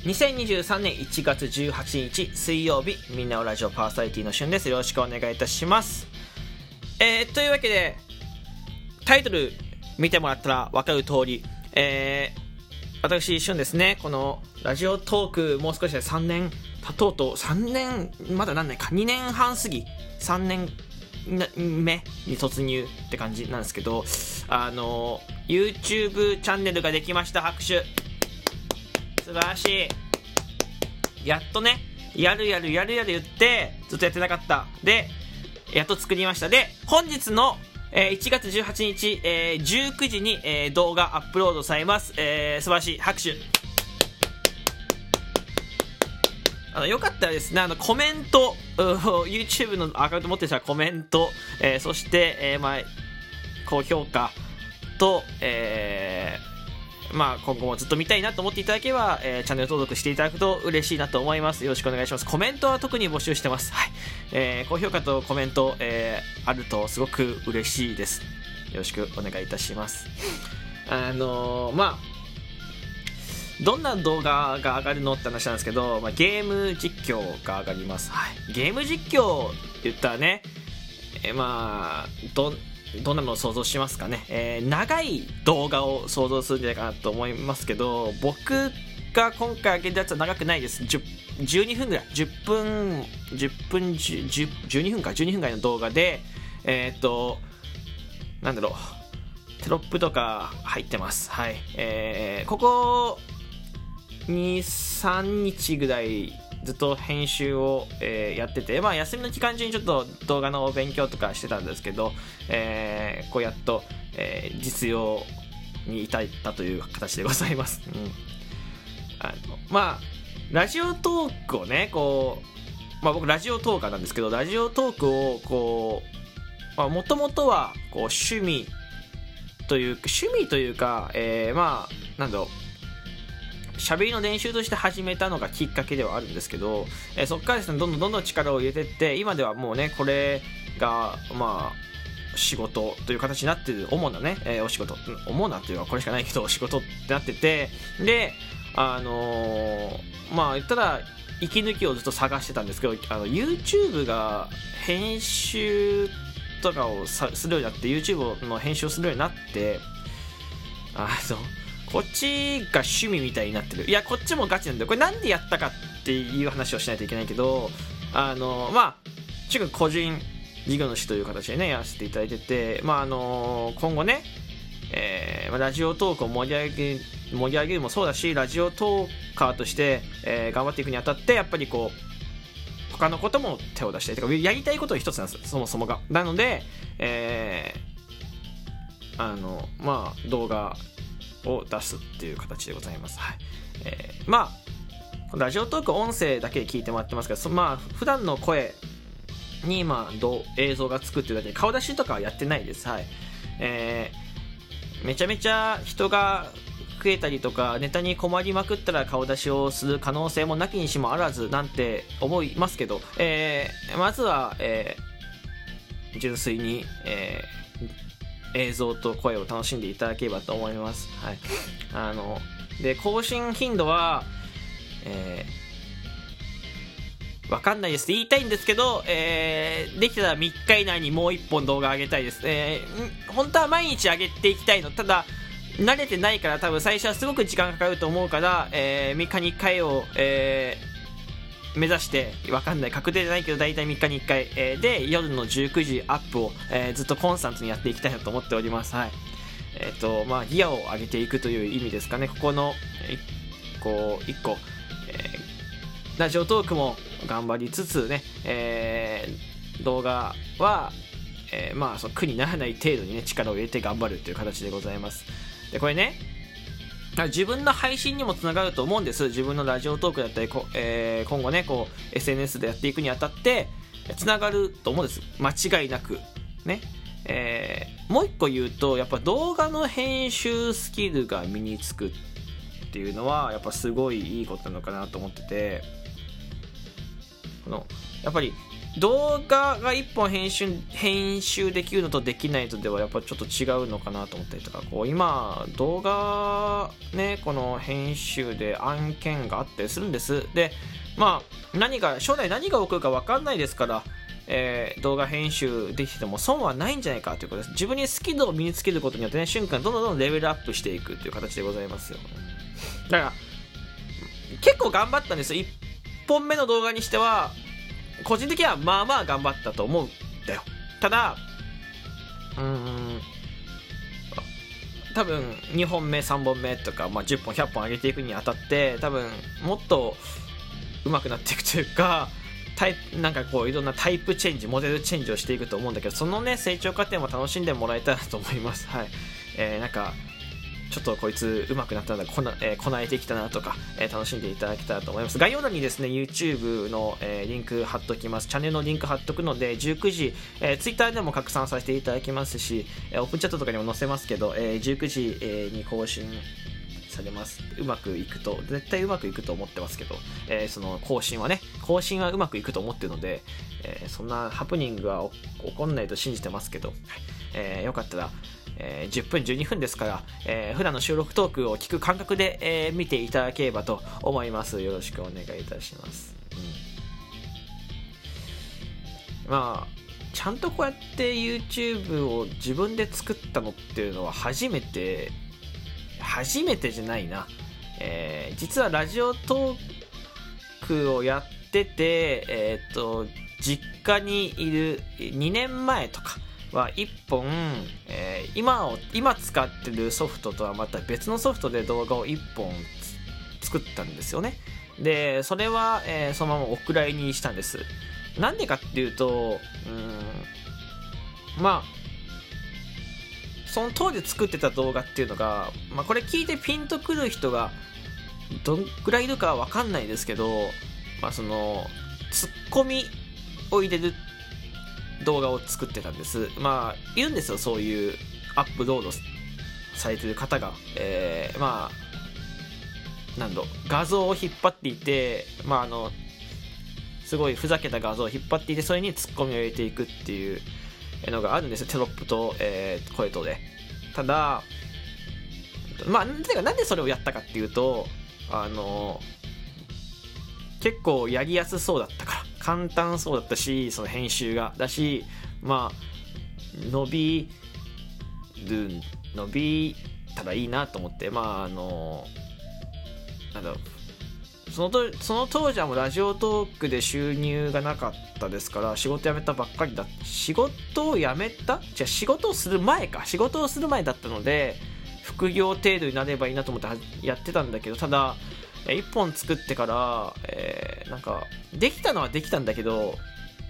2023年1月18日水曜日、みんなおラジオパーソナリティのしゅんです。よろしくお願いいたします。というわけでタイトル見てもらったら分かる通り、私しゅんですね。このラジオトークもう少しで3年経とうと、3年まだなんないか、2年半過ぎ3年目に突入って感じなんですけど、YouTube チャンネルができました。拍手。素晴らしい。やっとね、やる言ってずっとやってなかった。でやっと作りました。で本日の1月18日、19時に、動画アップロードされます。素晴らしい。拍手。よかったらですね、コメント、YouTube のアカウント持ってる人はコメント、そして、高評価と、今後もずっと見たいなと思っていただければ、チャンネル登録していただくと嬉しいなと思います。よろしくお願いします。コメントは特に募集してます。はい。高評価とコメント、あるとすごく嬉しいです。よろしくお願いいたします。どんな動画が上がるのって話なんですけど、ゲーム実況が上がります。はい。ゲーム実況って言ったらね、どんなのを想像しますかね。長い動画を想像するんじゃないかなと思いますけど、僕が今回上げたやつは長くないです。12分ぐらい、12分ぐらいの動画で、なんだろう、テロップとか入ってます。はい。ここ2、3日ぐらいずっと編集を、やってて、休みの期間中にちょっと動画の勉強とかしてたんですけど、こうやっと、実用に至ったという形でございます。ラジオトークをね、僕ラジオトーカーなんですけど、ラジオトークをもともとは趣味というか、なんだろう、喋りの練習として始めたのがきっかけではあるんですけど、そこからですね、どんどん力を入れていって、今ではもうね、これが仕事という形になっている、主なね、お仕事、主なというかこれしかないけどお仕事ってなってて、で言ったら息抜きをずっと探してたんですけど、YouTube が編集とかをするようになって、 YouTube の編集をするようになって、こっちが趣味みたいになってる。いや、こっちもガチなんだよ。これなんでやったかっていう話をしないといけないけど、個人事業主という形でね、やらせていただいてて、今後ね、ラジオトークを盛り上げるもそうだし、ラジオトーカーとして、頑張っていくにあたって、やっぱり他のことも手を出したりとか、やりたいことの一つなんです、そもそもが。なので、動画を出すっていう形でございます。はい。ラジオトーク音声だけで聞いてもらってますけど、普段の声に映像がつくっていうだけで、顔出しとかはやってないです。はい。めちゃめちゃ人が増えたりとか、ネタに困りまくったら顔出しをする可能性もなきにしもあらずなんて思いますけど、まずは、純粋に、映像と声を楽しんでいただければと思います。はい。で更新頻度は、わかんないですって言いたいんですけど、できたら3日以内にもう1本動画上げたいです。本当は毎日上げていきたいの。ただ慣れてないから、多分最初はすごく時間かかると思うから、3日に1回を、目指して、わかんない、確定じゃないけど大体3日に1回、で夜の19時アップを、ずっとコンスタントにやっていきたいなと思っております。はい。ギアを上げていくという意味ですかね。ここの1個、ラジオトークも頑張りつつね、動画は、苦にならない程度にね、力を入れて頑張るという形でございます。でこれね、自分の配信にもつながると思うんです。自分のラジオトークだったり、今後ね、SNS でやっていくにあたってつながると思うんです、間違いなくね。もう一個言うと、やっぱ動画の編集スキルが身につくっていうのはやっぱすごいいいことなのかなと思ってて、やっぱり動画が1本編集できるのとできないとではやっぱちょっと違うのかなと思ったりとか、こう今動画ね、この編集で案件があったりするんです。でまあ将来何が起こるか分かんないですから、動画編集できてても損はないんじゃないかということです。自分にスキルを身につけることによってね、瞬間どんどんレベルアップしていくという形でございますよ。だから結構頑張ったんですよ。1本目の動画にしては個人的にはまあまあ頑張ったと思うんだよ。ただ多分2本目3本目とか、10本100本上げていくにあたって多分もっと上手くなっていくというか、なんかこういろんなタイプチェンジ、モデルチェンジをしていくと思うんだけど、そのね成長過程も楽しんでもらえたらと思います。はい。なんかちょっとこいつ上手くなったんだ、こなえてきたなとか、楽しんでいただけたらと思います。概要欄にですね YouTube の、リンク貼っときます。チャンネルのリンク貼っとくので19時、Twitter でも拡散させていただきますし、オープンチャットとかにも載せますけど、19時、に更新されます。うまくいくと、絶対うまくいくと思ってますけど、その更新はうまくいくと思ってるので、そんなハプニングは起こんないと信じてますけど、よかったら10分12分ですから、普段の収録トークを聞く感覚で、見ていただければと思います。よろしくお願いいたします。まあちゃんとこうやって YouTube を自分で作ったのっていうのは初めてじゃないな、実はラジオトークをやってて、実家にいる2年前とかは1本、今使ってるソフトとはまた別のソフトで動画を1本作ったんですよね。でそれは、そのままお蔵入りにしたんです。なんでかっていうと、その当時作ってた動画っていうのが、これ聞いてピンとくる人がどんくらいいるかは分かんないですけど、そのツッコミを入れる動画を作ってたんです。いるんですよ、そういうアップロードされてる方が、画像を引っ張っていて、すごいふざけた画像を引っ張っていて、それにツッコミを入れていくっていうのがあるんですよ、テロップと、声とで。ただなんでそれをやったかっていうと、結構やりやすそうだったから、簡単そうだったし、その編集がだし、伸びたらいいなと思って、その当時はもうラジオトークで収入がなかったですから、仕事辞めたばっかりだ。仕事をする前だったので、副業程度になればいいなと思ってやってたんだけど、ただ1本作ってから、できたのはできたんだけど、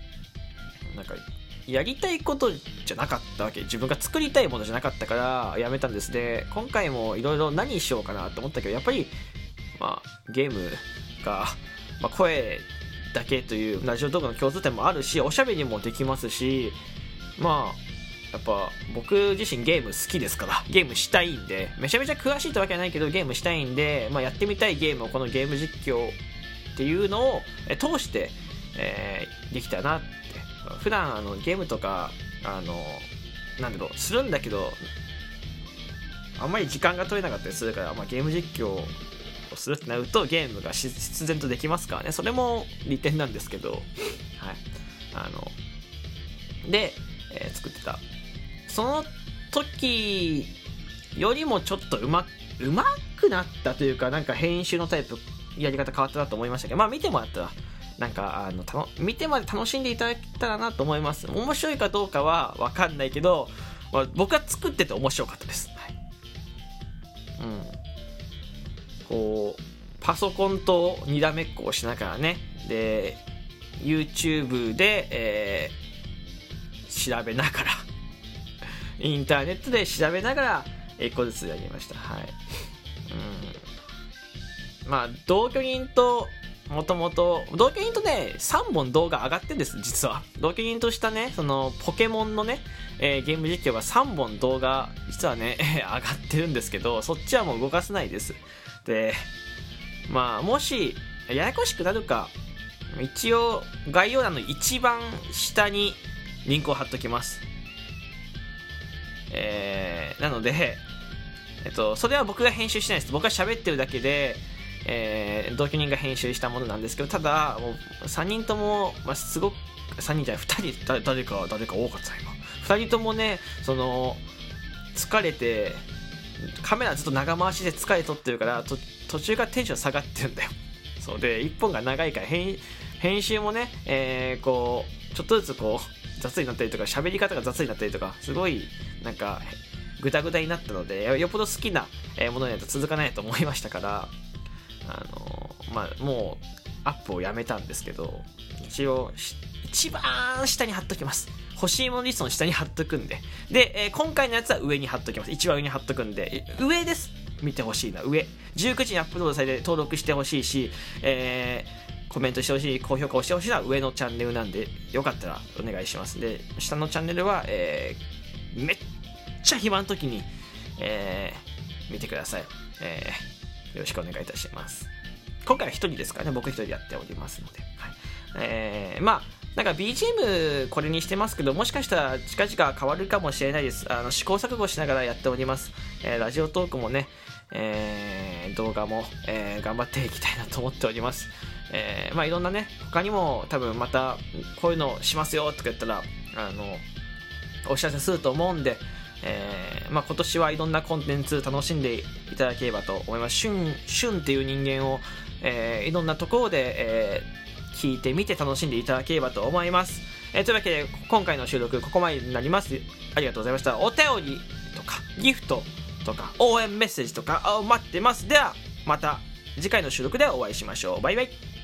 やりたいことじゃなかったわけ。自分が作りたいものじゃなかったからやめたんです。で今回もいろいろ何しようかなと思ったけど、やっぱりゲームが、声だけというラジオ動画の共通点もあるし、おしゃべりもできますし、やっぱ僕自身ゲーム好きですから、ゲームしたいんで、めちゃめちゃ詳しいってわけじゃないけどゲームしたいんで、やってみたいゲームをこのゲーム実況っていうのを通して、できたなって。普段ゲームとかするんだけど、あんまり時間が取れなかったりするから、ゲーム実況をするってなるとゲームが必然とできますからね。それも利点なんですけど、で、作ってた。その時よりもちょっとうまくなったというか、編集のタイプやり方変わったなと思いましたけど、見てもらったら見てまで楽しんでいただけたらなと思います。面白いかどうかは分かんないけど、僕は作ってて面白かったです。こうパソコンとにらめっこをしながらね、で YouTube で、調べながらインターネットで調べながら1個ずつやりました。同居人と同居人とね3本動画上がってるんです。実は同居人としたね、そのポケモンのね、ゲーム実況が3本動画実はね上がってるんですけど、そっちはもう動かせないです。でもしややこしくなるか一応概要欄の一番下にリンクを貼っときます。なので、それは僕が編集してないです。僕が喋ってるだけで、同居人が編集したものなんですけど、ただもう3人とも、すごく3人じゃない2人、誰か多かったな今。2人ともね、疲れてカメラずっと長回しで疲れとってるから、途中からテンション下がってるんだよ。そうで1本が長いから編集もね、こうちょっとずつこう雑になったりとか、喋り方が雑になったりとか、すごいなんかグダグダになったので、よっぽど好きなものになると続かないと思いましたから、もうアップをやめたんですけど、一応一番下に貼っときます。欲しいものリストの下に貼っとくんで、今回のやつは上に貼っときます。一番上に貼っとくんで、上です。見てほしいな、上。19時にアップロードされて登録してほしいし、コメントしてほしい、高評価をしてほしいのは上のチャンネルなんで、よかったらお願いします。で、下のチャンネルは、めっちゃ暇の時に、見てください。よろしくお願いいたします。今回は一人ですからね、僕一人でやっておりますので。はい。なんか BGM これにしてますけど、もしかしたら近々変わるかもしれないです。試行錯誤しながらやっております。ラジオトークもね、動画も、頑張っていきたいなと思っております。いろんなね、他にも多分またこういうのしますよとか言ったらお知らせすると思うんで、今年はいろんなコンテンツ楽しんでいただければと思います。シュンっていう人間を、いろんなところで、聞いてみて楽しんでいただければと思います。というわけで今回の収録ここまでになります。ありがとうございました。お便りとかギフトとか応援メッセージとか待ってます。ではまた次回の収録でお会いしましょう。バイバイ。